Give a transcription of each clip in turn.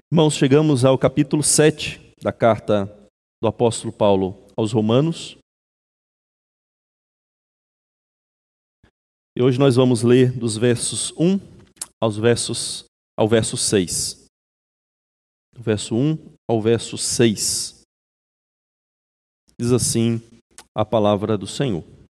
Irmãos, chegamos ao capítulo 7 da carta do apóstolo Paulo aos Romanos. E hoje nós vamos ler dos versos 1 ao verso 6. Do verso 1 ao verso 6. Diz assim a palavra do Senhor.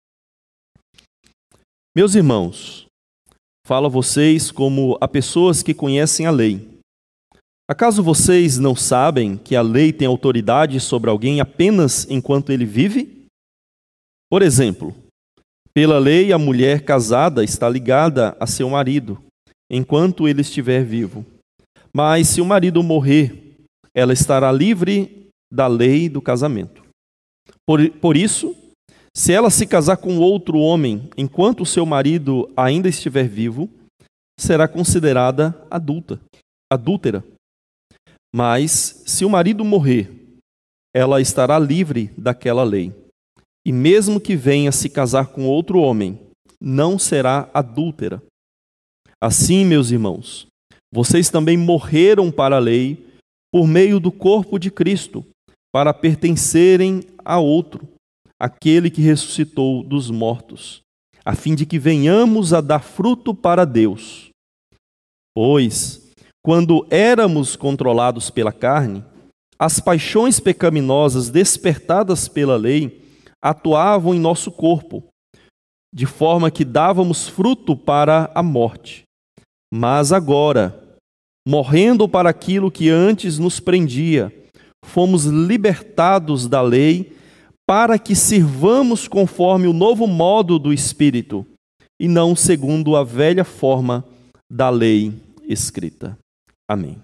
Meus irmãos, falo a vocês como a pessoas que conhecem a lei. Acaso vocês não sabem que a lei tem autoridade sobre alguém apenas enquanto ele vive? Por exemplo, pela lei a mulher casada está ligada a seu marido, enquanto ele estiver vivo. Mas se o marido morrer, ela estará livre da lei do casamento. Por isso, se ela se casar com outro homem enquanto o seu marido ainda estiver vivo, será considerada adúltera. Mas, se o marido morrer, ela estará livre daquela lei. E mesmo que venha se casar com outro homem, não será adúltera. Assim, meus irmãos, vocês também morreram para a lei por meio do corpo de Cristo, para pertencerem a outro, aquele que ressuscitou dos mortos, a fim de que venhamos a dar fruto para Deus. Pois, quando éramos controlados pela carne, as paixões pecaminosas despertadas pela lei atuavam em nosso corpo, de forma que dávamos fruto para a morte. Mas agora, morrendo para aquilo que antes nos prendia, fomos libertados da lei para que sirvamos conforme o novo modo do Espírito, e não segundo a velha forma da lei escrita. Amém.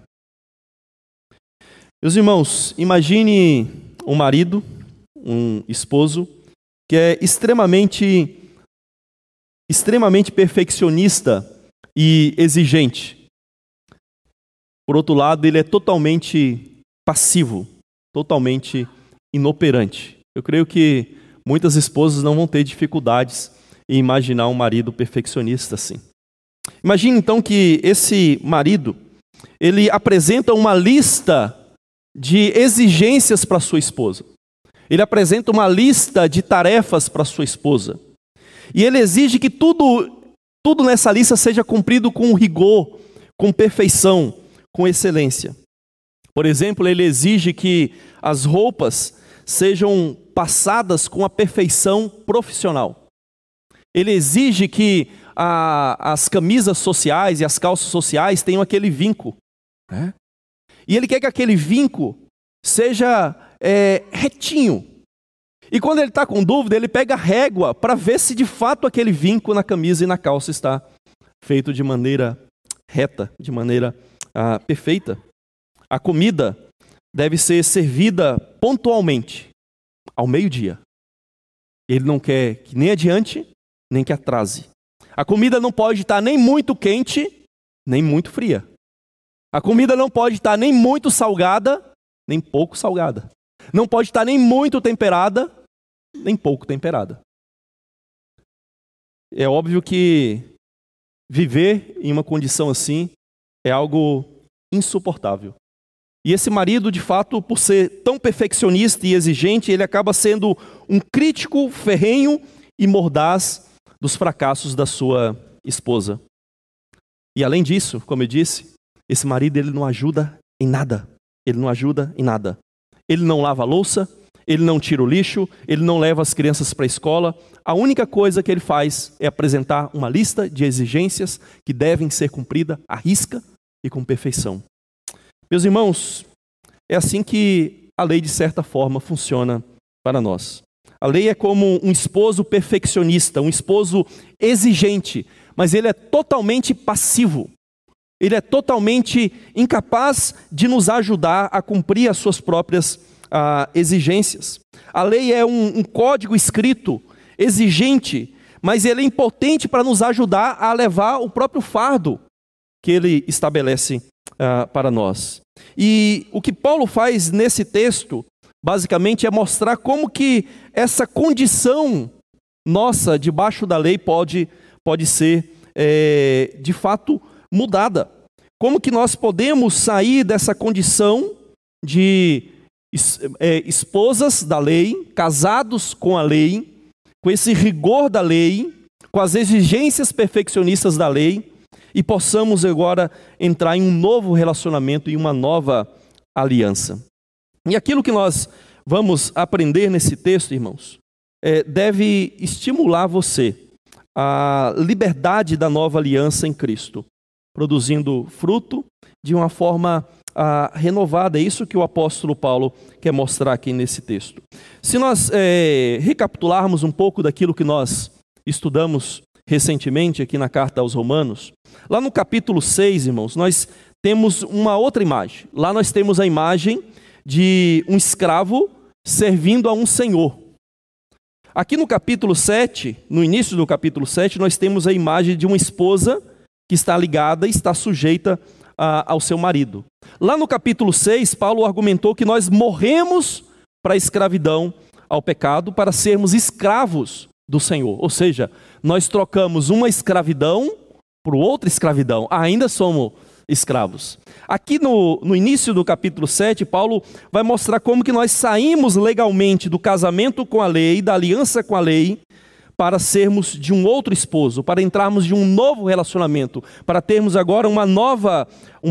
Meus irmãos, imagine um marido, um esposo, que é extremamente perfeccionista e exigente. Por outro lado, ele é totalmente passivo, totalmente inoperante. Eu creio que muitas esposas não vão ter dificuldades em imaginar um marido perfeccionista assim. Imagine então que esse marido, ele apresenta uma lista de exigências para sua esposa. Ele apresenta uma lista de tarefas para sua esposa. E ele exige que tudo nessa lista seja cumprido com rigor, com perfeição, com excelência. Por exemplo, ele exige que as roupas sejam passadas com a perfeição profissional. Ele exige que as camisas sociais e as calças sociais tenham aquele vinco. E ele quer que aquele vinco seja retinho. E quando ele está com dúvida, ele pega a régua para ver se de fato aquele vinco na camisa e na calça está feito de maneira reta, de maneira perfeita. A comida deve ser servida pontualmente, ao meio-dia. Ele não quer que nem adiante, nem que atrase. A comida não pode estar nem muito quente, nem muito fria. A comida não pode estar nem muito salgada, nem pouco salgada. Não pode estar nem muito temperada, nem pouco temperada. É óbvio que viver em uma condição assim é algo insuportável. E esse marido, de fato, por ser tão perfeccionista e exigente, ele acaba sendo um crítico ferrenho e mordaz dos fracassos da sua esposa. E além disso, como eu disse, esse marido ele não ajuda em nada. Ele não ajuda em nada. Ele não lava a louça, ele não tira o lixo, ele não leva as crianças para a escola. A única coisa que ele faz é apresentar uma lista de exigências que devem ser cumpridas à risca e com perfeição. Meus irmãos, é assim que a lei, de certa forma, funciona para nós. A lei é como um esposo perfeccionista, um esposo exigente, mas ele é totalmente passivo. Ele é totalmente incapaz de nos ajudar a cumprir as suas próprias exigências. A lei é um código escrito, exigente, mas ele é impotente para nos ajudar a levar o próprio fardo que ele estabelece para nós. E o que Paulo faz nesse texto, basicamente, é mostrar como que essa condição nossa debaixo da lei pode ser, de fato, mudada. como que nós podemos sair dessa condição de esposas da lei, casados com a lei, com esse rigor da lei, com as exigências perfeccionistas da lei, e possamos agora entrar em um novo relacionamento e uma nova aliança. E aquilo que nós vamos aprender nesse texto, irmãos, deve estimular você a liberdade da nova aliança em Cristo, produzindo fruto de uma forma renovada. É isso que o apóstolo Paulo quer mostrar aqui nesse texto. Se nós recapitularmos um pouco daquilo que nós estudamos recentemente aqui na carta aos Romanos, lá no capítulo 6, irmãos, nós temos uma outra imagem. Lá nós temos a imagem de um escravo servindo a um senhor. Aqui no capítulo 7, no início do capítulo 7, nós temos a imagem de uma esposa que está ligada e está sujeita ao seu marido. Lá no capítulo 6, Paulo argumentou que nós morremos para a escravidão ao pecado, para sermos escravos do Senhor. Ou seja, nós trocamos uma escravidão por outra escravidão, ainda somos escravos. Aqui no início do capítulo 7, Paulo vai mostrar como que nós saímos legalmente do casamento com a lei, da aliança com a lei, para sermos de um outro esposo, para entrarmos de um novo relacionamento, para termos agora a nova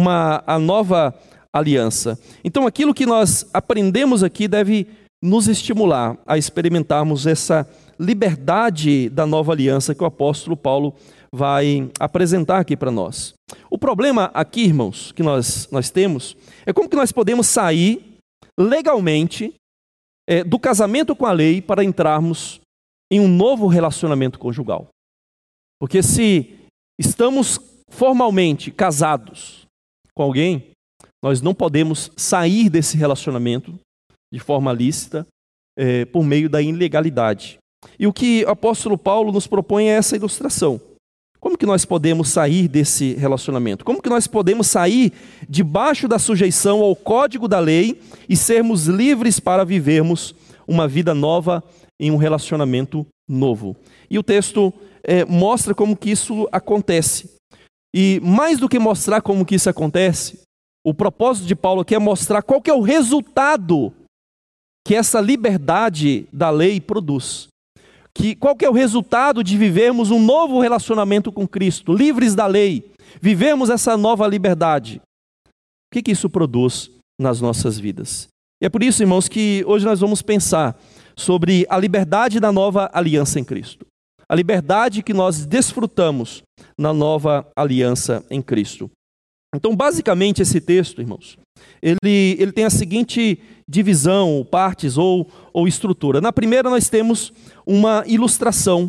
aliança. Então aquilo que nós aprendemos aqui deve nos estimular a experimentarmos essa liberdade da nova aliança que o apóstolo Paulo vai apresentar aqui para nós. O problema aqui, irmãos, que nós temos, é como que nós podemos sair legalmente do casamento com a lei para entrarmos em um novo relacionamento conjugal. Porque se estamos formalmente casados com alguém, nós não podemos sair desse relacionamento de forma lícita por meio da ilegalidade. E o que o apóstolo Paulo nos propõe é essa ilustração. Como que nós podemos sair desse relacionamento? Como que nós podemos sair debaixo da sujeição ao código da lei e sermos livres para vivermos uma vida nova em um relacionamento novo? E o texto mostra como que isso acontece. E mais do que mostrar como que isso acontece, o propósito de Paulo aqui é mostrar qual que é o resultado que essa liberdade da lei produz. Qual que é o resultado de vivermos um novo relacionamento com Cristo, livres da lei, vivemos essa nova liberdade? O que isso produz nas nossas vidas? E é por isso, irmãos, que hoje nós vamos pensar sobre a liberdade da nova aliança em Cristo. A liberdade que nós desfrutamos na nova aliança em Cristo. Então, basicamente, esse texto, irmãos, ele tem a seguinte divisão, partes ou estrutura. Na primeira, nós temos uma ilustração,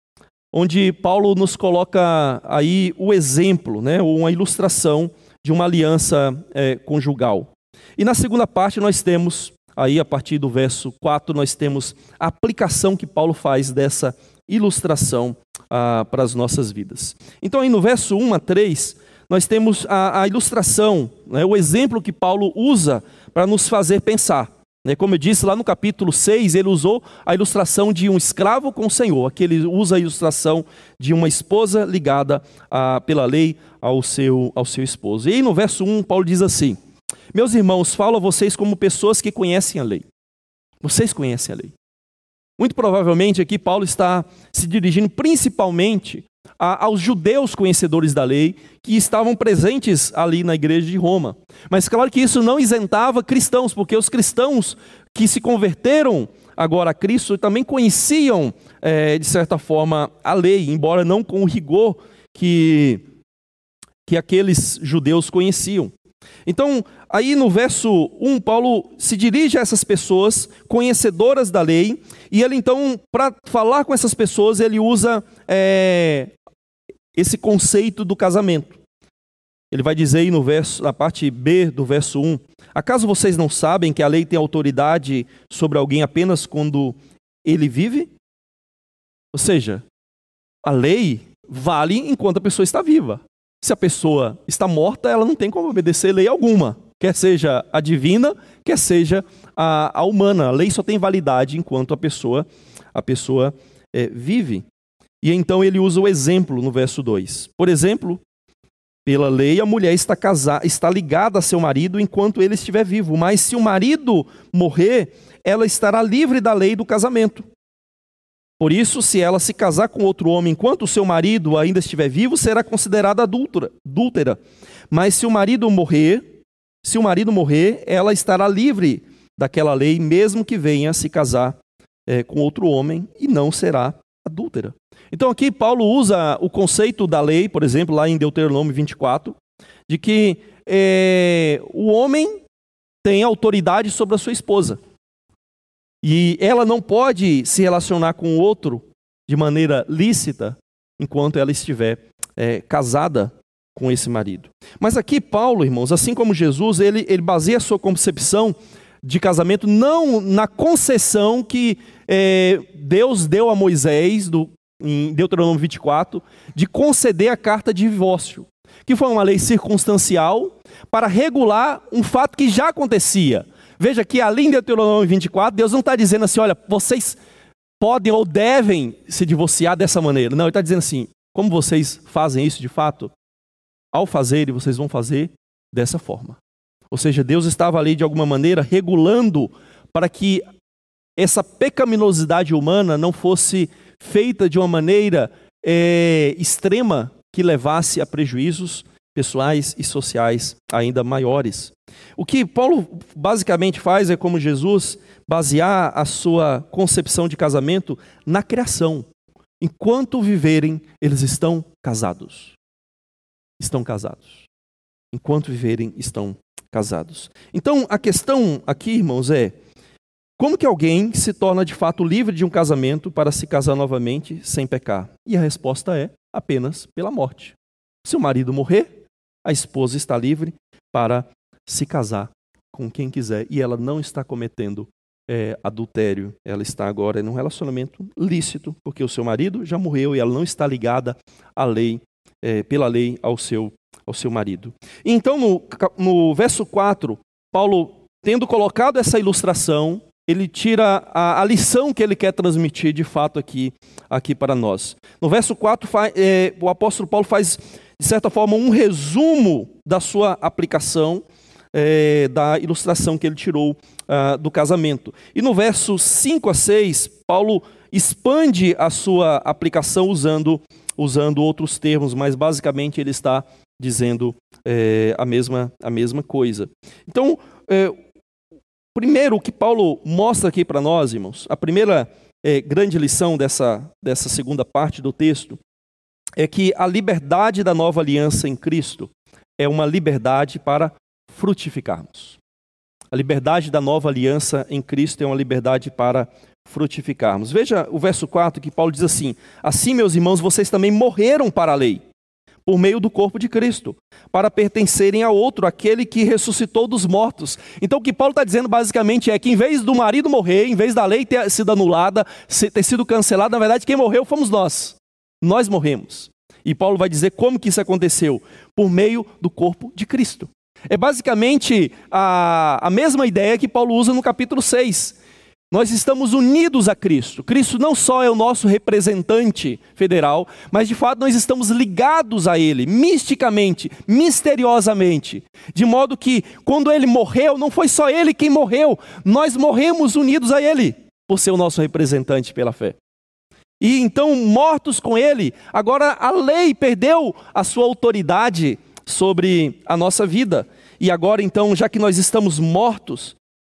onde Paulo nos coloca aí o exemplo, ou uma ilustração de uma aliança conjugal. E na segunda parte, nós temos, aí a partir do verso 4, nós temos a aplicação que Paulo faz dessa ilustração para as nossas vidas. Então, aí no verso 1 a 3, nós temos a ilustração, o exemplo que Paulo usa para nos fazer pensar. Como eu disse, lá no capítulo 6, ele usou a ilustração de um escravo com o Senhor. Aqui ele usa a ilustração de uma esposa ligada pela lei ao seu esposo. E aí no verso 1, Paulo diz assim: meus irmãos, falo a vocês como pessoas que conhecem a lei. Vocês conhecem a lei. Muito provavelmente aqui Paulo está se dirigindo principalmente aos judeus conhecedores da lei que estavam presentes ali na igreja de Roma. Mas claro que isso não isentava cristãos, porque os cristãos que se converteram agora a Cristo também conheciam, de certa forma, a lei, embora não com o rigor que aqueles judeus conheciam. Então, aí no verso 1, Paulo se dirige a essas pessoas conhecedoras da lei, e ele então, para falar com essas pessoas, ele usa esse conceito do casamento. Ele vai dizer aí na parte B do verso 1, acaso vocês não sabem que a lei tem autoridade sobre alguém apenas quando ele vive? Ou seja, a lei vale enquanto a pessoa está viva. Se a pessoa está morta, ela não tem como obedecer lei alguma, quer seja a divina, quer seja a humana. A lei só tem validade enquanto a pessoa vive. E então ele usa o exemplo no verso 2. Por exemplo, Pela lei, a mulher está ligada a seu marido enquanto ele estiver vivo. Mas se o marido morrer, ela estará livre da lei do casamento. Por isso, se ela se casar com outro homem enquanto o seu marido ainda estiver vivo, será considerada adúltera. Mas se o marido morrer, ela estará livre daquela lei, mesmo que venha se casar com outro homem, e não será adúltera. Então aqui Paulo usa o conceito da lei, por exemplo, lá em Deuteronômio 24, de que o homem tem autoridade sobre a sua esposa. E ela não pode se relacionar com o outro de maneira lícita enquanto ela estiver casada com esse marido. Mas aqui Paulo, irmãos, assim como Jesus, ele baseia a sua concepção de casamento não na concessão que Deus deu a Moisés, em Deuteronômio 24, de conceder a carta de divórcio, que foi uma lei circunstancial para regular um fato que já acontecia. Veja que ali em Deuteronômio 24, Deus não está dizendo assim, olha, vocês podem ou devem se divorciar dessa maneira. Não, Ele está dizendo assim, como vocês fazem isso de fato, ao fazerem, vocês vão fazer dessa forma. Ou seja, Deus estava ali de alguma maneira regulando para que essa pecaminosidade humana não fosse feita de uma maneira extrema que levasse a prejuízos pessoais e sociais ainda maiores. O que Paulo basicamente faz é, como Jesus, basear a sua concepção de casamento na criação. Enquanto viverem, eles estão casados. Estão casados. Enquanto viverem, estão casados. Então, a questão aqui, irmãos, é como que alguém se torna de fato livre de um casamento para se casar novamente sem pecar? E a resposta é apenas pela morte. Se o marido morrer, a esposa está livre para se casar com quem quiser. E ela não está cometendo adultério. Ela está agora em um relacionamento lícito, porque o seu marido já morreu e ela não está ligada à lei, pela lei ao seu marido. Então, no verso 4, Paulo, tendo colocado essa ilustração, ele tira a lição que ele quer transmitir de fato aqui para nós. No verso 4, o apóstolo Paulo faz, de certa forma, um resumo da sua aplicação, da ilustração que ele tirou do casamento. E no verso 5 a 6, Paulo expande a sua aplicação usando outros termos, mas basicamente ele está dizendo a mesma coisa. Então, primeiro, o que Paulo mostra aqui para nós, irmãos, a primeira grande lição dessa segunda parte do texto é que a liberdade da nova aliança em Cristo é uma liberdade para frutificarmos. A liberdade da nova aliança em Cristo é uma liberdade para frutificarmos. Veja o verso 4 que Paulo diz assim: assim, meus irmãos, vocês também morreram para a lei, por meio do corpo de Cristo, para pertencerem a outro, aquele que ressuscitou dos mortos. Então o que Paulo está dizendo basicamente é que em vez do marido morrer, em vez da lei ter sido anulada, ter sido cancelada, na verdade quem morreu fomos nós. Nós morremos. E Paulo vai dizer como que isso aconteceu: por meio do corpo de Cristo. É basicamente a mesma ideia que Paulo usa no capítulo 6. Nós estamos unidos a Cristo. Cristo não só é o nosso representante federal, mas de fato nós estamos ligados a Ele, misticamente, misteriosamente. De modo que quando Ele morreu, não foi só Ele quem morreu, nós morremos unidos a Ele, por ser o nosso representante pela fé. E então, mortos com Ele, agora a lei perdeu a sua autoridade sobre a nossa vida. E agora então, já que nós estamos mortos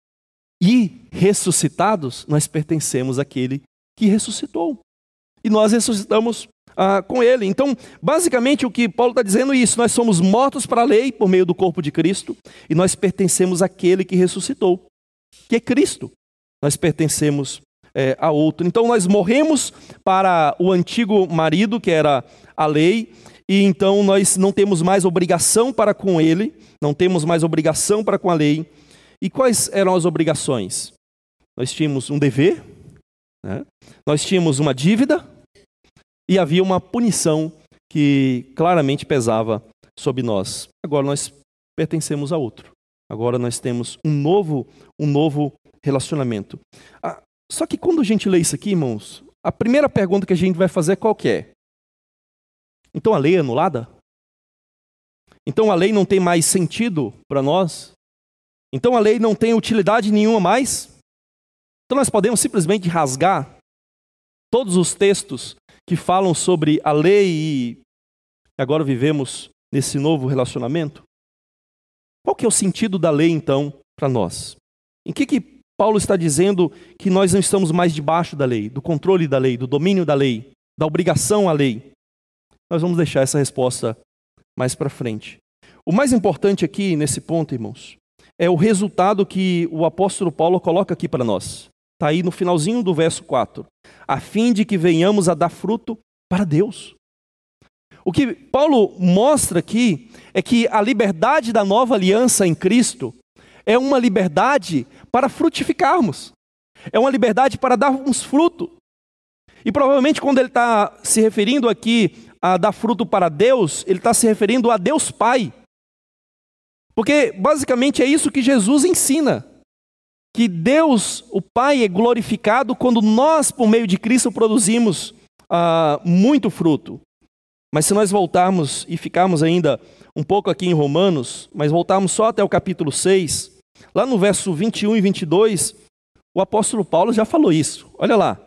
e ressuscitados, nós pertencemos àquele que ressuscitou. E nós ressuscitamos com Ele. Então, basicamente o que Paulo está dizendo é isso: nós somos mortos para a lei por meio do corpo de Cristo, e nós pertencemos àquele que ressuscitou, que é Cristo. Nós pertencemos a outro. Então nós morremos para o antigo marido, que era a lei, e então nós não temos mais obrigação para com ele, não temos mais obrigação para com a lei. E quais eram as obrigações? Nós tínhamos um dever, né? Nós tínhamos uma dívida, e havia uma punição que claramente pesava sobre nós. Agora nós pertencemos a outro. Agora nós temos um novo relacionamento. Só que quando a gente lê isso aqui, irmãos, a primeira pergunta que a gente vai fazer é qual que é? Então a lei é anulada? Então a lei não tem mais sentido para nós? Então a lei não tem utilidade nenhuma mais? Então nós podemos simplesmente rasgar todos os textos que falam sobre a lei e agora vivemos nesse novo relacionamento? Qual que é o sentido da lei então para nós? Em que Paulo está dizendo que nós não estamos mais debaixo da lei, do controle da lei, do domínio da lei, da obrigação à lei? Nós vamos deixar essa resposta mais para frente. O mais importante aqui nesse ponto, irmãos, é o resultado que o apóstolo Paulo coloca aqui para nós. Está aí no finalzinho do verso 4. A fim de que venhamos a dar fruto para Deus. O que Paulo mostra aqui é que a liberdade da nova aliança em Cristo é uma liberdade para frutificarmos. É uma liberdade para darmos fruto. E provavelmente quando ele está se referindo aqui a dar fruto para Deus, ele está se referindo a Deus Pai. Porque basicamente é isso que Jesus ensina. Que Deus, o Pai, é glorificado quando nós, por meio de Cristo, produzimos muito fruto. Mas se nós voltarmos e ficarmos ainda um pouco aqui em Romanos, mas voltarmos só até o capítulo 6, lá no verso 21 e 22, o apóstolo Paulo já falou isso. Olha lá.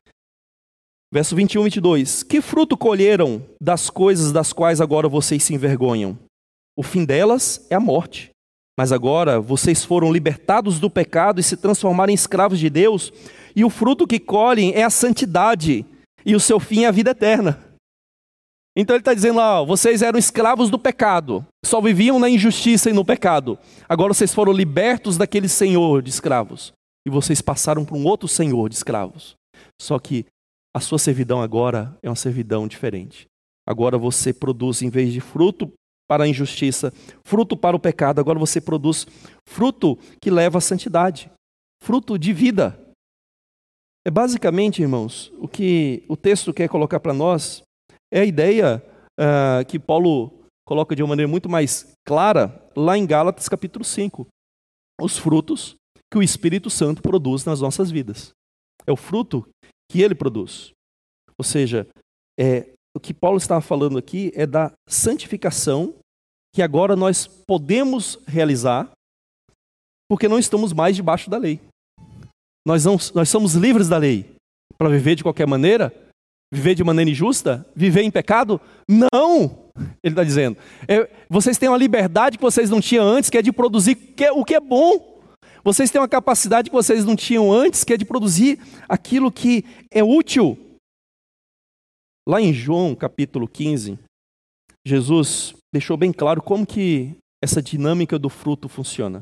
Verso 21 e 22. Que fruto colheram das coisas das quais agora vocês se envergonham? O fim delas é a morte. Mas agora vocês foram libertados do pecado e se transformaram em escravos de Deus, e o fruto que colhem é a santidade, e o seu fim é a vida eterna. Então ele está dizendo lá, vocês eram escravos do pecado, só viviam na injustiça e no pecado. Agora vocês foram libertos daquele senhor de escravos, e vocês passaram para um outro senhor de escravos. Só que a sua servidão agora é uma servidão diferente. Agora você produz, em vez de fruto para a injustiça, fruto para o pecado, agora você produz fruto que leva à santidade, fruto de vida. É basicamente, irmãos, o que o texto quer colocar para nós é a ideia que Paulo coloca de uma maneira muito mais clara lá em Gálatas capítulo 5. Os frutos que o Espírito Santo produz nas nossas vidas. É o fruto que ele produz. Ou seja, o que Paulo estava falando aqui é da santificação que agora nós podemos realizar porque não estamos mais debaixo da lei. Nós somos livres da lei para viver de qualquer maneira, viver de maneira injusta, viver em pecado? Não! Ele está dizendo. Vocês têm uma liberdade que vocês não tinham antes, que é de produzir o que é bom. Vocês têm uma capacidade que vocês não tinham antes, que é de produzir aquilo que é útil. Lá em João capítulo 15, Jesus deixou bem claro como que essa dinâmica do fruto funciona.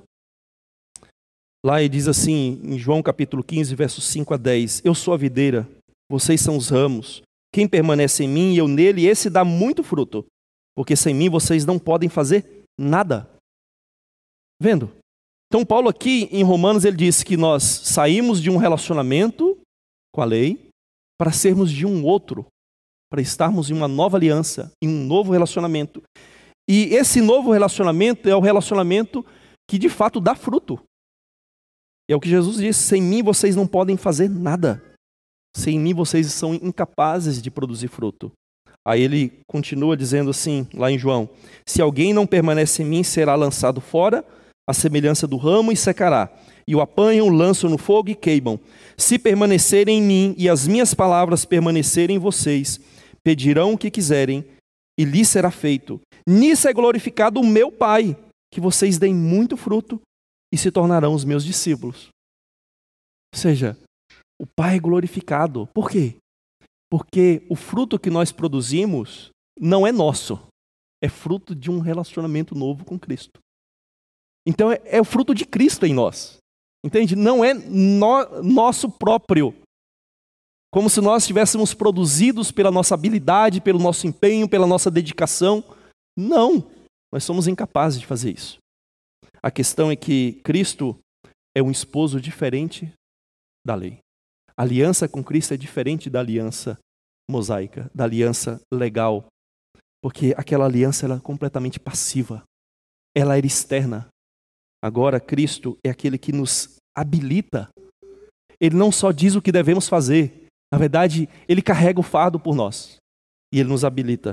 Lá ele diz assim, em João capítulo 15, versos 5 a 10, eu sou a videira, vocês são os ramos. Quem permanece em mim e eu nele, esse dá muito fruto, porque sem mim vocês não podem fazer nada. Vendo? Então Paulo aqui em Romanos ele diz que nós saímos de um relacionamento com a lei para sermos de um outro, para estarmos em uma nova aliança, em um novo relacionamento. E esse novo relacionamento é o relacionamento que de fato dá fruto. É o que Jesus disse, sem mim vocês não podem fazer nada. Sem mim vocês são incapazes de produzir fruto. Aí ele continua dizendo assim, lá em João, se alguém não permanece em mim, será lançado fora, a semelhança do ramo, e secará. E o apanham, lançam no fogo e queimam. Se permanecerem em mim e as minhas palavras permanecerem em vocês, pedirão o que quiserem e lhes será feito. Nisso é glorificado o meu Pai, que vocês deem muito fruto e se tornarão os meus discípulos. Ou seja, o Pai é glorificado. Por quê? Porque o fruto que nós produzimos não é nosso. É fruto de um relacionamento novo com Cristo. Então é o fruto de Cristo em nós. Entende? Não é nosso próprio. Como se nós estivéssemos produzidos pela nossa habilidade, pelo nosso empenho, pela nossa dedicação. Não, nós somos incapazes de fazer isso. A questão é que Cristo é um esposo diferente da lei. A aliança com Cristo é diferente da aliança mosaica, da aliança legal. Porque aquela aliança era completamente passiva. Ela era externa. Agora Cristo é aquele que nos habilita. Ele não só diz o que devemos fazer. Na verdade, ele carrega o fardo por nós. E ele nos habilita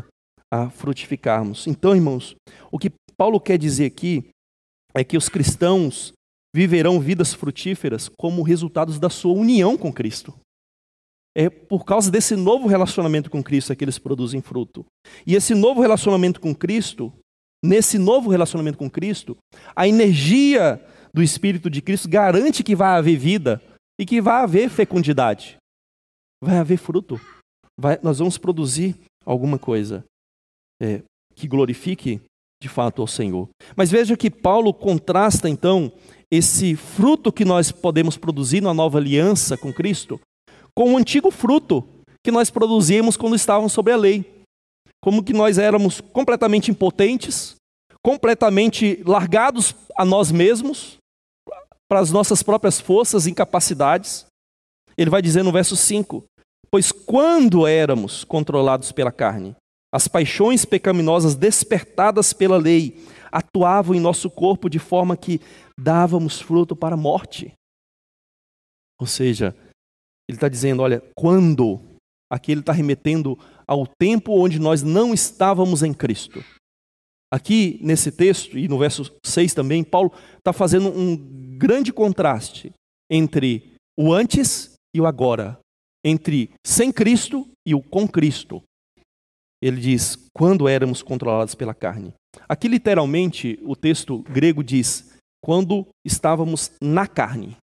a frutificarmos. Então, irmãos, o que Paulo quer dizer aqui é que os cristãos viverão vidas frutíferas como resultados da sua união com Cristo. É por causa desse novo relacionamento com Cristo é que eles produzem fruto. E esse novo relacionamento com Cristo, nesse novo relacionamento com Cristo, a energia do Espírito de Cristo garante que vai haver vida e que vai haver fecundidade. Vai haver fruto. Nós vamos produzir alguma coisa que glorifique de fato ao Senhor. Mas veja que Paulo contrasta então esse fruto que nós podemos produzir na nova aliança com Cristo com o antigo fruto que nós produzíamos quando estávamos sob a lei. Como que nós éramos completamente impotentes, completamente largados a nós mesmos, para as nossas próprias forças e incapacidades. Ele vai dizer no verso 5, pois quando éramos controlados pela carne, as paixões pecaminosas despertadas pela lei atuavam em nosso corpo de forma que dávamos fruto para a morte. Ou seja, ele está dizendo, olha, quando, aqui ele está remetendo ao tempo onde nós não estávamos em Cristo. Aqui nesse texto, e no verso 6 também, Paulo está fazendo um grande contraste entre o antes e o agora, entre sem Cristo e o com Cristo. Ele diz, quando éramos controlados pela carne. Aqui literalmente o texto grego diz, quando estávamos na carne.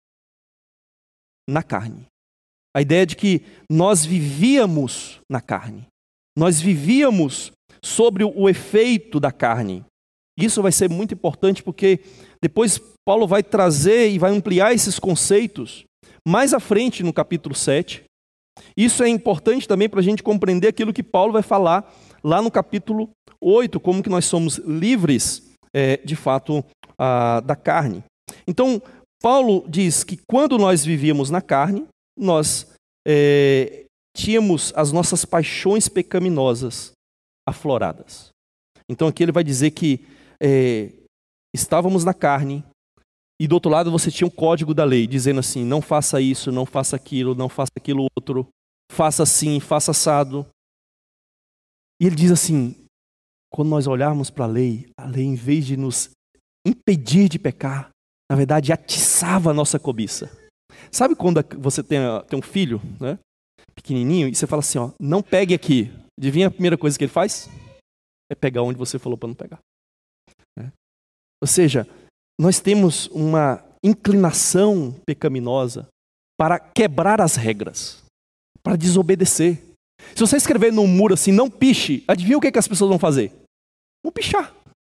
Na carne. A ideia de que nós vivíamos na carne. Nós vivíamos sobre o efeito da carne. Isso vai ser muito importante porque depois Paulo vai trazer e vai ampliar esses conceitos mais à frente no capítulo 7. Isso é importante também para a gente compreender aquilo que Paulo vai falar lá no capítulo 8, como que nós somos livres, de fato, da carne. Então, Paulo diz que quando nós vivíamos na carne, nós tínhamos as nossas paixões pecaminosas afloradas. Então, aqui ele vai dizer que estávamos na carne e do outro lado você tinha o código da lei, dizendo assim, não faça isso, não faça aquilo, não faça aquilo outro, faça assim, faça assado. E ele diz assim, quando nós olharmos para a lei, em vez de nos impedir de pecar, na verdade atiçava a nossa cobiça. Sabe quando você tem um filho, né, pequenininho, e você fala assim, ó, não pegue aqui. Adivinha a primeira coisa que ele faz? É pegar onde você falou para não pegar. Ou seja, nós temos uma inclinação pecaminosa para quebrar as regras, para desobedecer. Se você escrever num muro assim, não piche, adivinha o que as pessoas vão fazer? Vão pichar.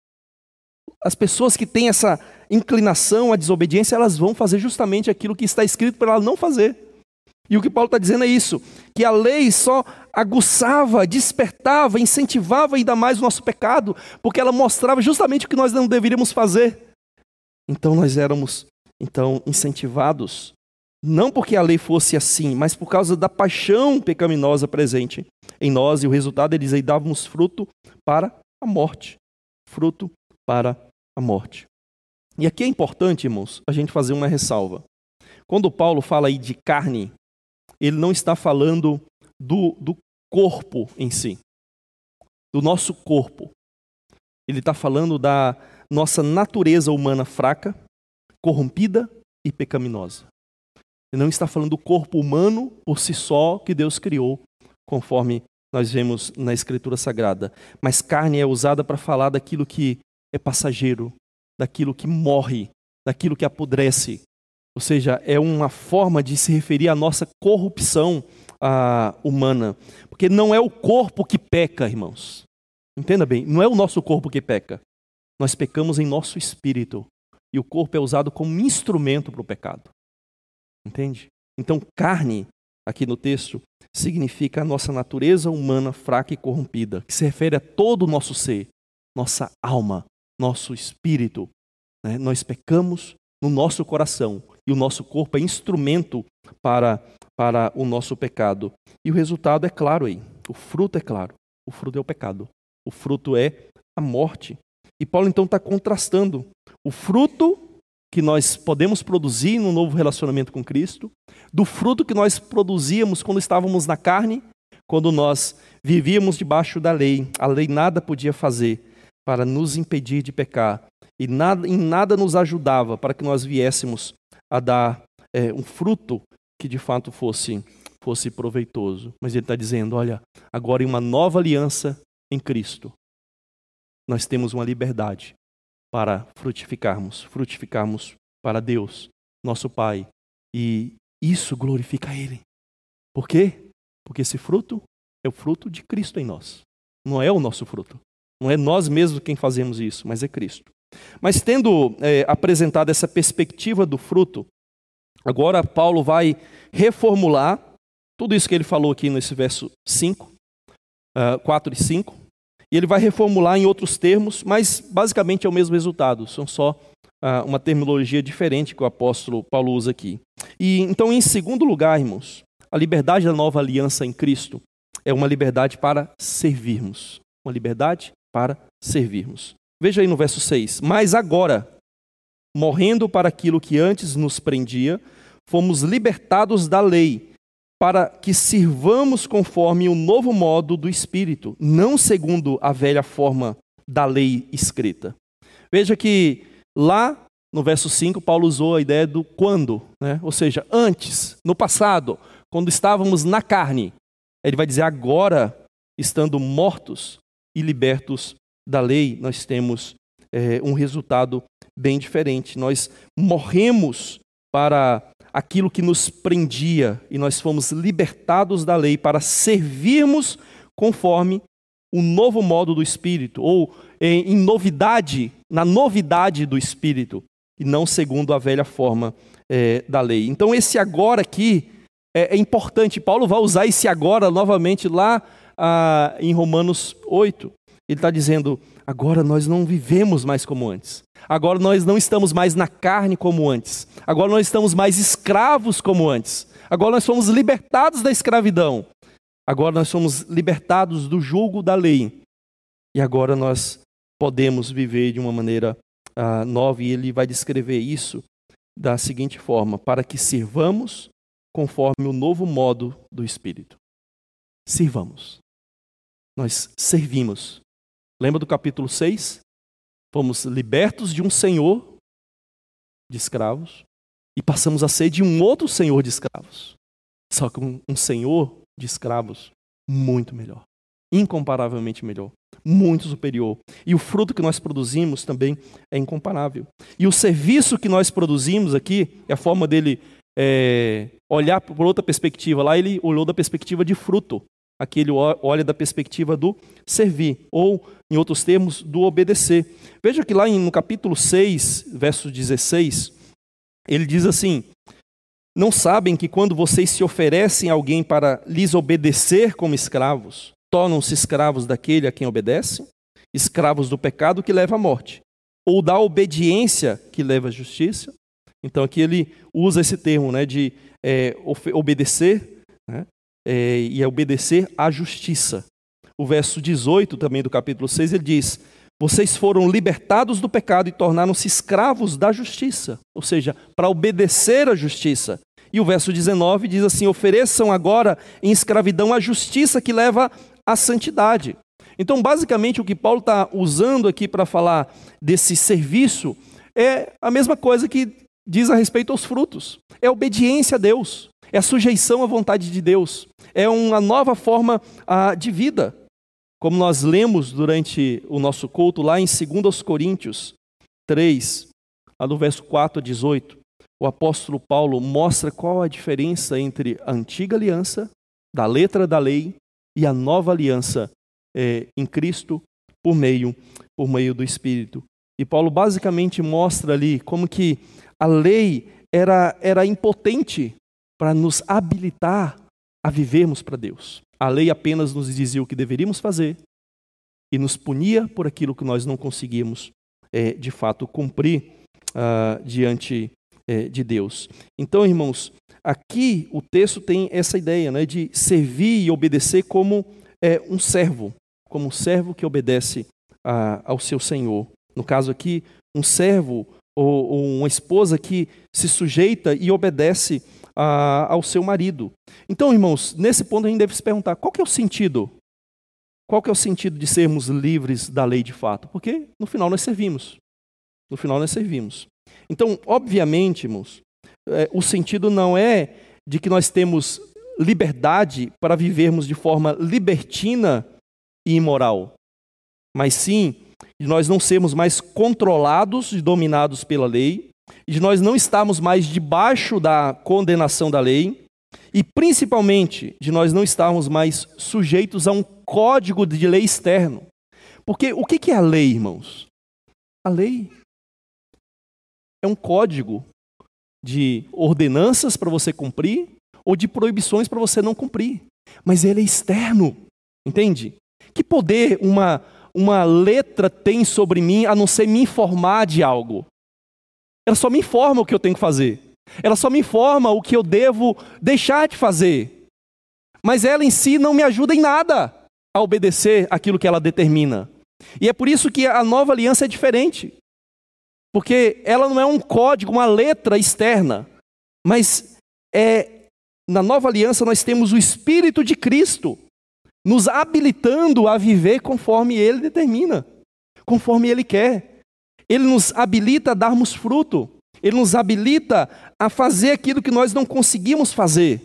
As pessoas que têm essa inclinação à desobediência, elas vão fazer justamente aquilo que está escrito para ela não fazer. E o que Paulo está dizendo é isso, que a lei só aguçava, despertava, incentivava ainda mais o nosso pecado, porque ela mostrava justamente o que nós não deveríamos fazer. Então nós éramos incentivados, não porque a lei fosse assim, mas por causa da paixão pecaminosa presente em nós, e o resultado, ele diz aí, dávamos fruto para a morte. Fruto para a morte. E aqui é importante, irmãos, a gente fazer uma ressalva. Quando Paulo fala aí de carne, ele não está falando do corpo em si, do nosso corpo. Ele está falando da nossa natureza humana fraca, corrompida e pecaminosa. Ele não está falando do corpo humano por si só que Deus criou, conforme nós vemos na Escritura Sagrada. Mas carne é usada para falar daquilo que é passageiro, daquilo que morre, daquilo que apodrece. Ou seja, é uma forma de se referir à nossa corrupção humana. Porque não é o corpo que peca, irmãos. Entenda bem, não é o nosso corpo que peca. Nós pecamos em nosso espírito. E o corpo é usado como instrumento para o pecado. Entende? Então, carne, aqui no texto, significa a nossa natureza humana fraca e corrompida, que se refere a todo o nosso ser, nossa alma, nosso espírito. Né? Nós pecamos no nosso coração e o nosso corpo é instrumento para o nosso pecado. E o resultado é claro aí. O fruto é claro. O fruto é o pecado. O fruto é a morte. E Paulo então está contrastando o fruto que nós podemos produzir no novo relacionamento com Cristo, do fruto que nós produzíamos quando estávamos na carne, quando nós vivíamos debaixo da lei, a lei nada podia fazer para nos impedir de pecar, e em nada nos ajudava para que nós viéssemos a dar um fruto que de fato fosse proveitoso. Mas ele está dizendo, olha, agora em uma nova aliança em Cristo, nós temos uma liberdade para frutificarmos para Deus, nosso Pai, e isso glorifica Ele. Por quê? Porque esse fruto é o fruto de Cristo em nós. Não é o nosso fruto. Não é nós mesmos quem fazemos isso, mas é Cristo. Mas tendo apresentado essa perspectiva do fruto, agora Paulo vai reformular tudo isso que ele falou aqui nesse verso 4 e 5, e ele vai reformular em outros termos, mas basicamente é o mesmo resultado, são só uma terminologia diferente que o apóstolo Paulo usa aqui. E então, em segundo lugar, irmãos, a liberdade da nova aliança em Cristo é uma liberdade para servirmos. Uma liberdade para servirmos. Veja aí no verso 6. Mas agora, morrendo para aquilo que antes nos prendia, fomos libertados da lei, para que sirvamos conforme o novo modo do Espírito, não segundo a velha forma da lei escrita. Veja que lá no verso 5, Paulo usou a ideia do quando, né? Ou seja, antes, no passado, quando estávamos na carne. Ele vai dizer agora, estando mortos e libertos da lei, nós temos um resultado bem diferente. Nós morremos para aquilo que nos prendia e nós fomos libertados da lei para servirmos conforme o novo modo do Espírito, ou em novidade, na novidade do Espírito, e não segundo a velha forma da lei. Então esse agora aqui é importante. Paulo vai usar esse agora novamente lá em Romanos 8. Ele está dizendo, agora nós não vivemos mais como antes. Agora nós não estamos mais na carne como antes. Agora nós estamos mais escravos como antes. Agora nós fomos libertados da escravidão. Agora nós somos libertados do jugo da lei. E agora nós podemos viver de uma maneira nova. E ele vai descrever isso da seguinte forma, para que sirvamos conforme o novo modo do Espírito. Sirvamos. Nós servimos. Lembra do capítulo 6? Fomos libertos de um senhor de escravos e passamos a ser de um outro senhor de escravos. Só que um senhor de escravos muito melhor, incomparavelmente melhor, muito superior. E o fruto que nós produzimos também é incomparável. E o serviço que nós produzimos aqui, é a forma dele olhar por outra perspectiva. Lá ele olhou da perspectiva de fruto. Aqui ele olha da perspectiva do servir, ou, em outros termos, do obedecer. Veja que lá no capítulo 6, verso 16, ele diz assim, não sabem que quando vocês se oferecem a alguém para lhes obedecer como escravos, tornam-se escravos daquele a quem obedecem, escravos do pecado que leva à morte, ou da obediência que leva à justiça. Então aqui ele usa esse termo, né, de obedecer, né, e obedecer à justiça. O verso 18 também do capítulo 6, ele diz, vocês foram libertados do pecado e tornaram-se escravos da justiça, ou seja, para obedecer à justiça. E o verso 19 diz assim, ofereçam agora em escravidão a justiça que leva à santidade. Então, basicamente, o que Paulo está usando aqui para falar desse serviço é a mesma coisa que diz a respeito aos frutos. É obediência a Deus, é a sujeição à vontade de Deus, é uma nova forma de vida. Como nós lemos durante o nosso culto lá em 2 Coríntios 3, lá do verso 4 a 18, o apóstolo Paulo mostra qual a diferença entre a antiga aliança, da letra da lei, e a nova aliança em Cristo por meio do Espírito. E Paulo basicamente mostra ali como que a lei era impotente para nos habilitar a vivermos para Deus. A lei apenas nos dizia o que deveríamos fazer e nos punia por aquilo que nós não conseguíamos, de fato, cumprir diante de Deus. Então, irmãos, aqui o texto tem essa ideia, né, de servir e obedecer como um servo que obedece ao seu Senhor. No caso aqui, um servo ou uma esposa que se sujeita e obedece ao seu marido. Então, irmãos, nesse ponto a gente deve se perguntar, qual que é o sentido? Qual que é o sentido de sermos livres da lei de fato? Porque no final nós servimos. No final nós servimos. Então, obviamente, irmãos, o sentido não é de que nós temos liberdade para vivermos de forma libertina e imoral, mas sim de nós não sermos mais controlados e dominados pela lei, de nós não estarmos mais debaixo da condenação da lei, e principalmente de nós não estarmos mais sujeitos a um código de lei externo. Porque o que é a lei, irmãos? A lei é um código de ordenanças para você cumprir ou de proibições para você não cumprir. Mas ele é externo, entende? Que poder uma letra tem sobre mim a não ser me informar de algo? Ela só me informa o que eu tenho que fazer. Ela só me informa o que eu devo deixar de fazer. Mas ela em si não me ajuda em nada a obedecer aquilo que ela determina. E é por isso que a nova aliança é diferente. Porque ela não é um código, uma letra externa. Mas na nova aliança nós temos o Espírito de Cristo nos habilitando a viver conforme Ele determina, conforme Ele quer. Ele nos habilita a darmos fruto. Ele nos habilita a fazer aquilo que nós não conseguimos fazer.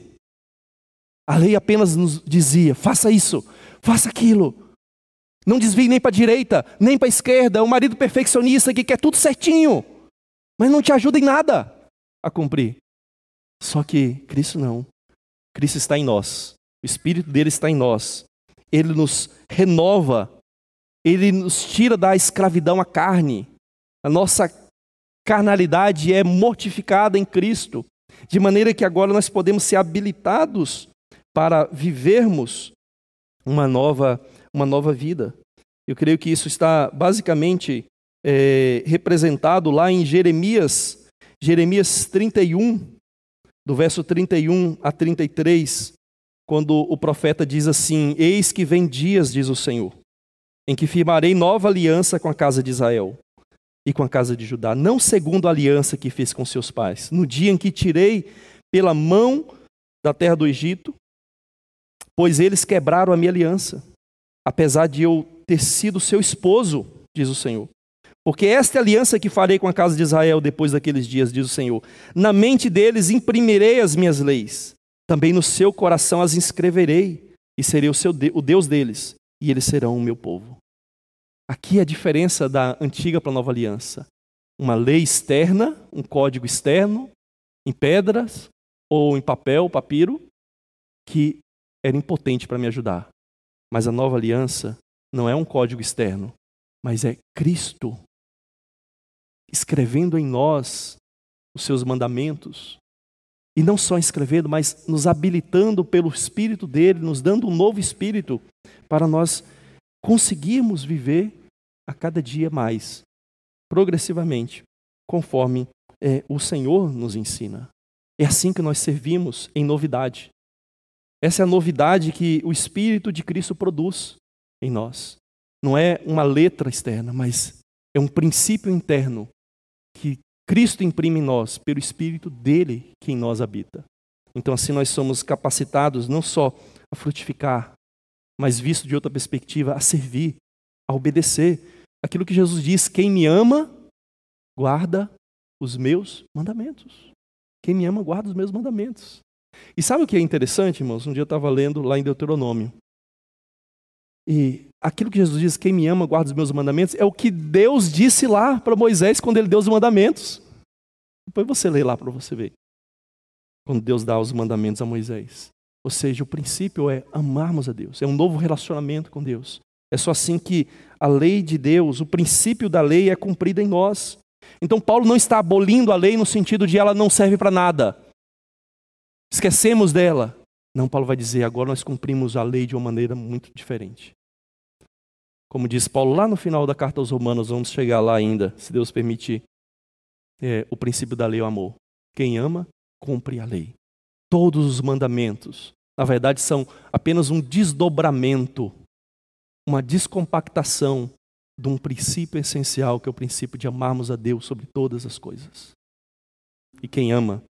A lei apenas nos dizia, faça isso, faça aquilo. Não desvie nem para a direita, nem para a esquerda. O marido perfeccionista que quer tudo certinho, mas não te ajuda em nada a cumprir. Só que Cristo não. Cristo está em nós. O Espírito dele está em nós. Ele nos renova. Ele nos tira da escravidão à carne. A nossa carnalidade é mortificada em Cristo. De maneira que agora nós podemos ser habilitados para vivermos uma nova vida. Eu creio que isso está basicamente representado lá em Jeremias 31, do verso 31 a 33, quando o profeta diz assim: eis que vem dias, diz o Senhor, em que firmarei nova aliança com a casa de Israel e com a casa de Judá, não segundo a aliança que fiz com seus pais, no dia em que tirei pela mão da terra do Egito, pois eles quebraram a minha aliança, apesar de eu ter sido seu esposo, diz o Senhor. Porque esta é a aliança que farei com a casa de Israel depois daqueles dias, diz o Senhor. Na mente deles imprimirei as minhas leis, também no seu coração as inscreverei, e serei o Deus deles, e eles serão o meu povo. Aqui é a diferença da antiga para a nova aliança. Uma lei externa, um código externo, em pedras ou em papel, papiro, que era impotente para me ajudar. Mas a nova aliança não é um código externo, mas é Cristo escrevendo em nós os seus mandamentos. E não só escrevendo, mas nos habilitando pelo Espírito dele, nos dando um novo Espírito para nós conseguirmos viver a cada dia mais, progressivamente, conforme o Senhor nos ensina. É assim que nós servimos em novidade. Essa é a novidade que o Espírito de Cristo produz em nós. Não é uma letra externa, mas é um princípio interno que Cristo imprime em nós, pelo Espírito dele que em nós habita. Então assim nós somos capacitados não só a frutificar, mas visto de outra perspectiva, a servir, a obedecer. Aquilo que Jesus diz: quem me ama, guarda os meus mandamentos. Quem me ama, guarda os meus mandamentos. E sabe o que é interessante, irmãos? Um dia eu estava lendo lá em Deuteronômio. E aquilo que Jesus diz, quem me ama, guarda os meus mandamentos, é o que Deus disse lá para Moisés quando ele deu os mandamentos. Depois você lê lá para você ver. Quando Deus dá os mandamentos a Moisés. Ou seja, o princípio é amarmos a Deus. É um novo relacionamento com Deus. É só assim que a lei de Deus, o princípio da lei é cumprido em nós. Então Paulo não está abolindo a lei no sentido de ela não serve para nada. Esquecemos dela. Não, Paulo vai dizer, agora nós cumprimos a lei de uma maneira muito diferente. Como diz Paulo lá no final da carta aos Romanos, vamos chegar lá ainda, se Deus permitir. O princípio da lei é o amor. Quem ama, cumpre a lei. Todos os mandamentos, na verdade, são apenas um desdobramento, uma descompactação de um princípio essencial, que é o princípio de amarmos a Deus sobre todas as coisas. E quem ama,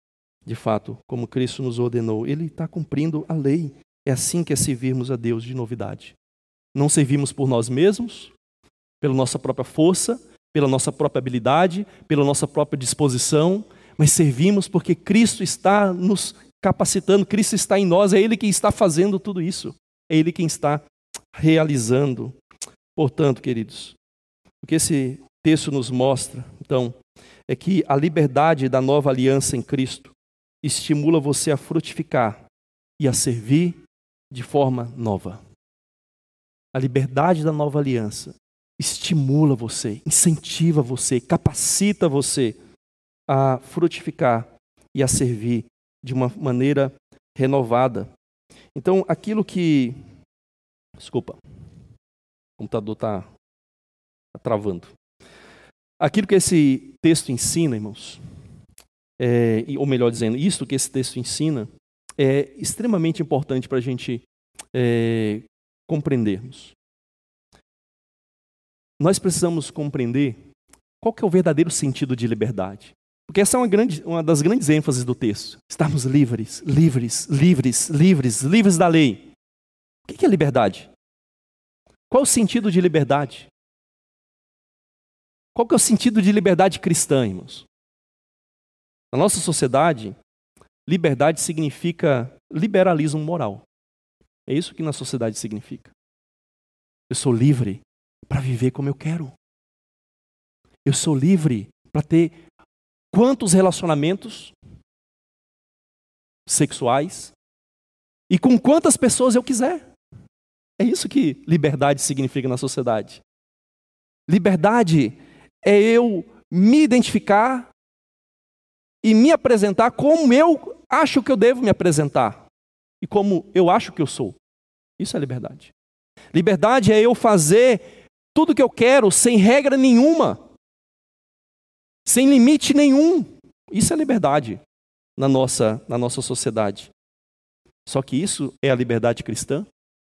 de fato, como Cristo nos ordenou. Ele está cumprindo a lei. É assim que é servirmos a Deus de novidade. Não servimos por nós mesmos, pela nossa própria força, pela nossa própria habilidade, pela nossa própria disposição, mas servimos porque Cristo está nos capacitando, Cristo está em nós, é Ele quem está fazendo tudo isso, é Ele quem está realizando. Portanto, queridos, o que esse texto nos mostra, então, é que a liberdade da nova aliança em Cristo estimula você a frutificar e a servir de forma nova. A liberdade da nova aliança estimula você, incentiva você, capacita você a frutificar e a servir de uma maneira renovada. Então, aquilo que... Desculpa, o computador está travando. Aquilo que esse texto ensina, irmãos, ou melhor dizendo, isto que esse texto ensina, é extremamente importante para a gente compreendermos. Nós precisamos compreender qual que é o verdadeiro sentido de liberdade. Porque essa é uma das grandes ênfases do texto. Estarmos livres, livres, livres, livres, livres da lei. O que é liberdade? Qual é o sentido de liberdade? Qual que é o sentido de liberdade cristã, irmãos? Na nossa sociedade, liberdade significa liberalismo moral. É isso que na sociedade significa. Eu sou livre para viver como eu quero. Eu sou livre para ter quantos relacionamentos sexuais e com quantas pessoas eu quiser. É isso que liberdade significa na sociedade. Liberdade é eu me identificar e me apresentar como eu acho que eu devo me apresentar e como eu acho que eu sou. Isso é liberdade. Liberdade é eu fazer tudo o que eu quero sem regra nenhuma, sem limite nenhum. Isso é liberdade na nossa sociedade. Só que isso é a liberdade cristã?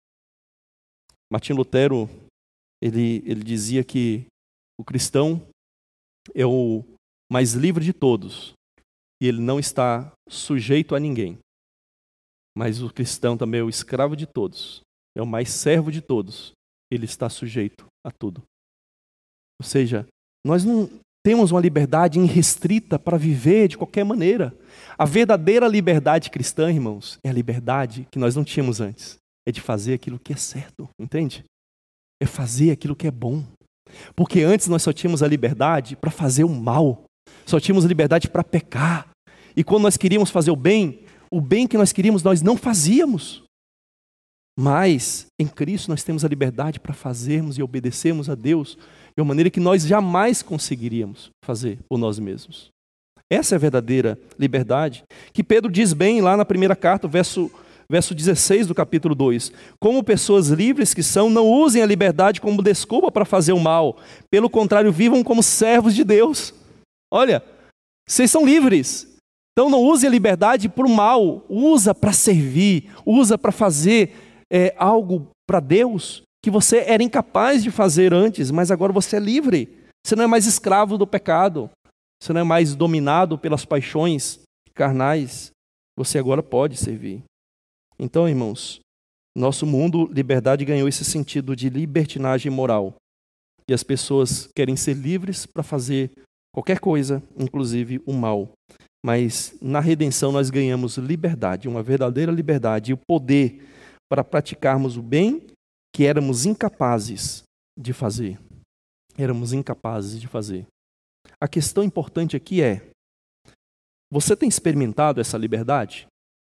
Martim Lutero, ele dizia que o cristão é o mais livre de todos e ele não está sujeito a ninguém. Mas o cristão também é o escravo de todos, é o mais servo de todos, ele está sujeito a tudo. Ou seja, nós não temos uma liberdade irrestrita para viver de qualquer maneira. A verdadeira liberdade cristã, irmãos, é a liberdade que nós não tínhamos antes. É de fazer aquilo que é certo, entende? É fazer aquilo que é bom. Porque antes nós só tínhamos a liberdade para fazer o mal. Só tínhamos liberdade para pecar. E quando nós queríamos fazer o bem que nós queríamos, nós não fazíamos. Mas em Cristo nós temos a liberdade para fazermos e obedecermos a Deus de uma maneira que nós jamais conseguiríamos fazer por nós mesmos. Essa é a verdadeira liberdade, que Pedro diz bem lá na primeira carta, verso 16 do capítulo 2. Como pessoas livres que são, não usem a liberdade como desculpa para fazer o mal. Pelo contrário, vivam como servos de Deus. Olha, vocês são livres. Então não use a liberdade para o mal. Usa para servir, usa para fazer algo para Deus que você era incapaz de fazer antes, mas agora você é livre. Você não é mais escravo do pecado. Você não é mais dominado pelas paixões carnais. Você agora pode servir. Então, irmãos, nosso mundo, liberdade ganhou esse sentido de libertinagem moral. E as pessoas querem ser livres para fazer qualquer coisa, inclusive o mal. Mas na redenção nós ganhamos liberdade, uma verdadeira liberdade e o poder para praticarmos o bem que éramos incapazes de fazer. Éramos incapazes de fazer. A questão importante aqui é: você tem experimentado essa liberdade?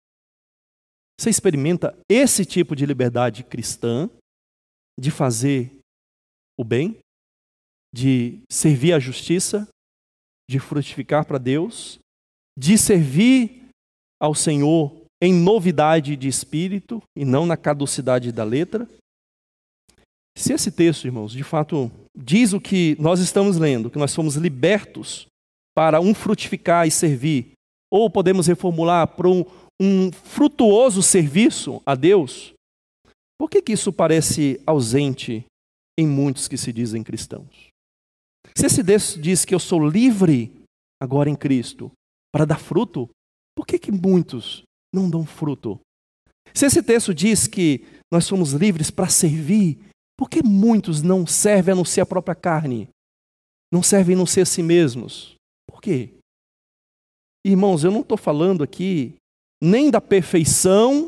Você experimenta esse tipo de liberdade cristã, de fazer o bem, de servir a justiça, de frutificar para Deus, de servir ao Senhor em novidade de espírito e não na caducidade da letra? Se esse texto, irmãos, de fato diz o que nós estamos lendo, que nós somos libertos para frutificar e servir, ou podemos reformular para um frutuoso serviço a Deus, por que isso parece ausente em muitos que se dizem cristãos? Se esse texto diz que eu sou livre agora em Cristo para dar fruto, Por que muitos não dão fruto? Se esse texto diz que nós somos livres para servir, por que muitos não servem a não ser a própria carne? Não servem a não ser a si mesmos? Por quê? Irmãos, eu não estou falando aqui nem da perfeição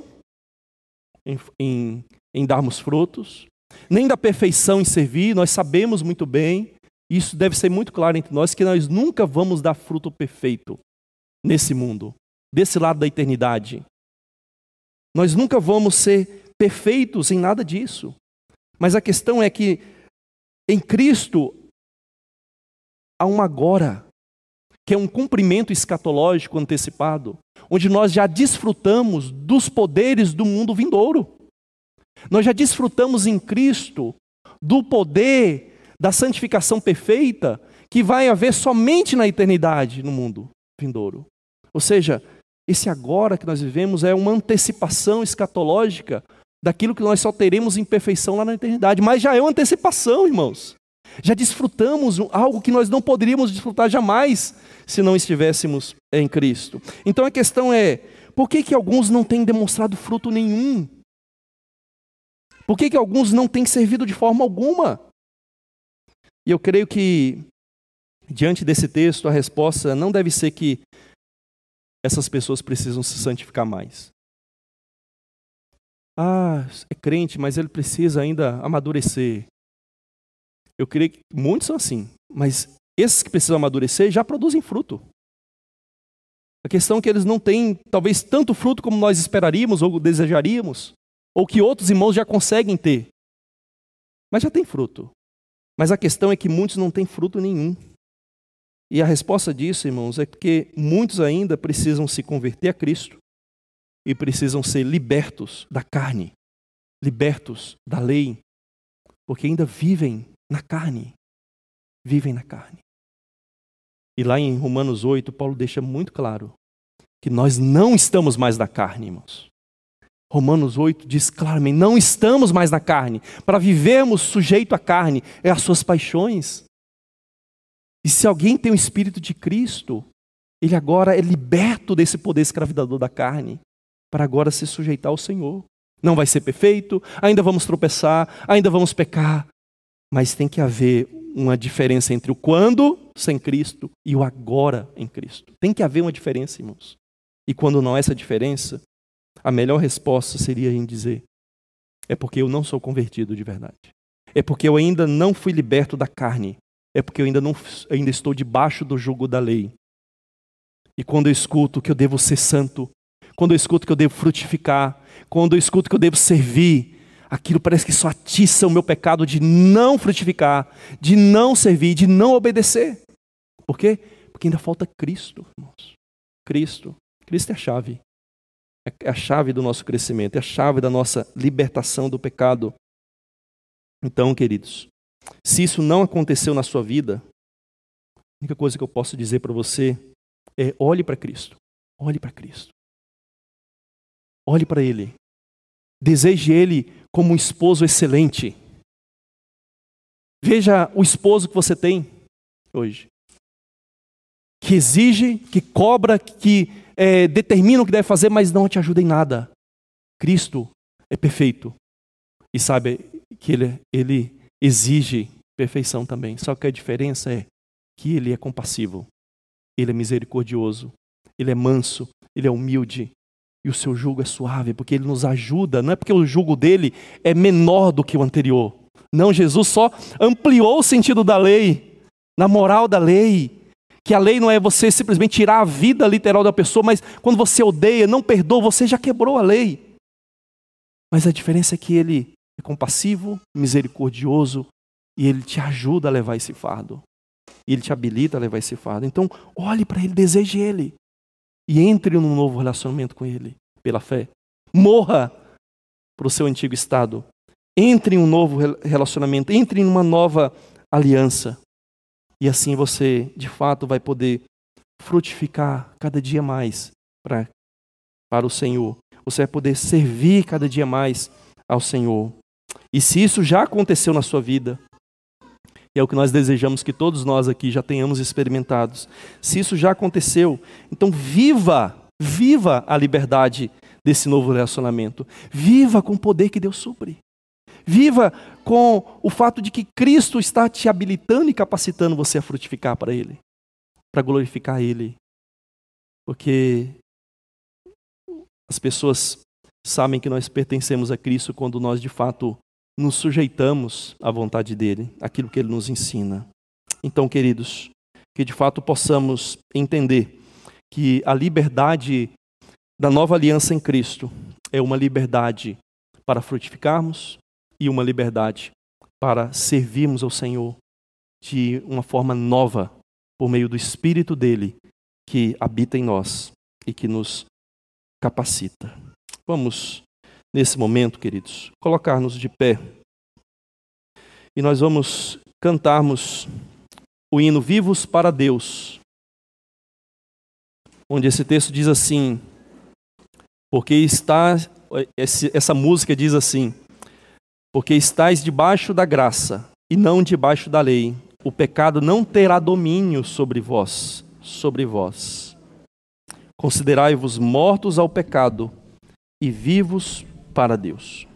em darmos frutos, nem da perfeição em servir. Nós sabemos muito bem, isso deve ser muito claro entre nós, que nós nunca vamos dar fruto perfeito nesse mundo, desse lado da eternidade. Nós nunca vamos ser perfeitos em nada disso. Mas a questão é que em Cristo há um agora, que é um cumprimento escatológico antecipado, onde nós já desfrutamos dos poderes do mundo vindouro. Nós já desfrutamos em Cristo do poder da santificação perfeita que vai haver somente na eternidade no mundo vindouro. Ou seja, esse agora que nós vivemos é uma antecipação escatológica daquilo que nós só teremos em perfeição lá na eternidade. Mas já é uma antecipação, irmãos. Já desfrutamos algo que nós não poderíamos desfrutar jamais se não estivéssemos em Cristo. Então a questão é, por que alguns não têm demonstrado fruto nenhum? Por que alguns não têm servido de forma alguma? E eu creio que, diante desse texto, a resposta não deve ser que essas pessoas precisam se santificar mais. É crente, mas ele precisa ainda amadurecer. Eu creio que muitos são assim, mas esses que precisam amadurecer já produzem fruto. A questão é que eles não têm, talvez, tanto fruto como nós esperaríamos ou desejaríamos, ou que outros irmãos já conseguem ter. Mas já tem fruto. Mas a questão é que muitos não têm fruto nenhum. E a resposta disso, irmãos, é porque muitos ainda precisam se converter a Cristo e precisam ser libertos da carne, libertos da lei, porque ainda vivem na carne. Vivem na carne. E lá em Romanos 8, Paulo deixa muito claro que nós não estamos mais na carne, irmãos. Romanos 8 diz claramente, não estamos mais na carne. Para vivermos sujeito à carne, é as suas paixões. E se alguém tem o Espírito de Cristo, ele agora é liberto desse poder escravizador da carne, para agora se sujeitar ao Senhor. Não vai ser perfeito, ainda vamos tropeçar, ainda vamos pecar, mas tem que haver uma diferença entre o quando sem Cristo e o agora em Cristo. Tem que haver uma diferença, irmãos. E quando não há essa diferença, a melhor resposta seria em dizer, é porque eu não sou convertido de verdade. É porque eu ainda não fui liberto da carne. É porque eu ainda estou debaixo do jugo da lei. E quando eu escuto que eu devo ser santo, quando eu escuto que eu devo frutificar, quando eu escuto que eu devo servir, aquilo parece que só atiça o meu pecado de não frutificar, de não servir, de não obedecer. Por quê? Porque ainda falta Cristo, irmãos. Cristo é a chave. É a chave do nosso crescimento, é a chave da nossa libertação do pecado. Então, queridos, se isso não aconteceu na sua vida, a única coisa que eu posso dizer para você é olhe para Cristo. Olhe para Cristo. Olhe para Ele. Deseje Ele como um esposo excelente. Veja o esposo que você tem hoje. Que exige, que cobra, que determina o que deve fazer, mas não te ajuda em nada. Cristo é perfeito. E sabe que Ele exige perfeição também. Só que a diferença é que Ele é compassivo. Ele é misericordioso. Ele é manso. Ele é humilde. E o seu jugo é suave, porque Ele nos ajuda. Não é porque o jugo dele é menor do que o anterior. Não, Jesus só ampliou o sentido da lei, na moral da lei. Que a lei não é você simplesmente tirar a vida literal da pessoa, mas quando você odeia, não perdoa, você já quebrou a lei. Mas a diferença é que Ele é compassivo, misericordioso, e Ele te ajuda a levar esse fardo. E Ele te habilita a levar esse fardo. Então, olhe para Ele, deseje Ele. E entre num novo relacionamento com Ele, pela fé. Morra para o seu antigo estado. Entre em um novo relacionamento, entre em uma nova aliança. E assim você, de fato, vai poder frutificar cada dia mais para o Senhor. Você vai poder servir cada dia mais ao Senhor. E se isso já aconteceu na sua vida, e é o que nós desejamos que todos nós aqui já tenhamos experimentado. Se isso já aconteceu, então viva Viva a liberdade desse novo relacionamento. Viva com o poder que Deus supre. Viva com o fato de que Cristo está te habilitando e capacitando você a frutificar para Ele, para glorificar Ele. Porque as pessoas sabem que nós pertencemos a Cristo quando nós de fato nos sujeitamos à vontade dEle, aquilo que Ele nos ensina. Então, queridos, que de fato possamos entender que a liberdade da nova aliança em Cristo é uma liberdade para frutificarmos e uma liberdade para servirmos ao Senhor de uma forma nova, por meio do Espírito dele, que habita em nós e que nos capacita. Vamos, nesse momento, queridos, colocar-nos de pé e nós vamos cantarmos o hino Vivos para Deus, onde esse texto diz assim, essa música diz assim: porque estais debaixo da graça e não debaixo da lei, o pecado não terá domínio sobre vós. Considerai-vos mortos ao pecado e vivos para Deus.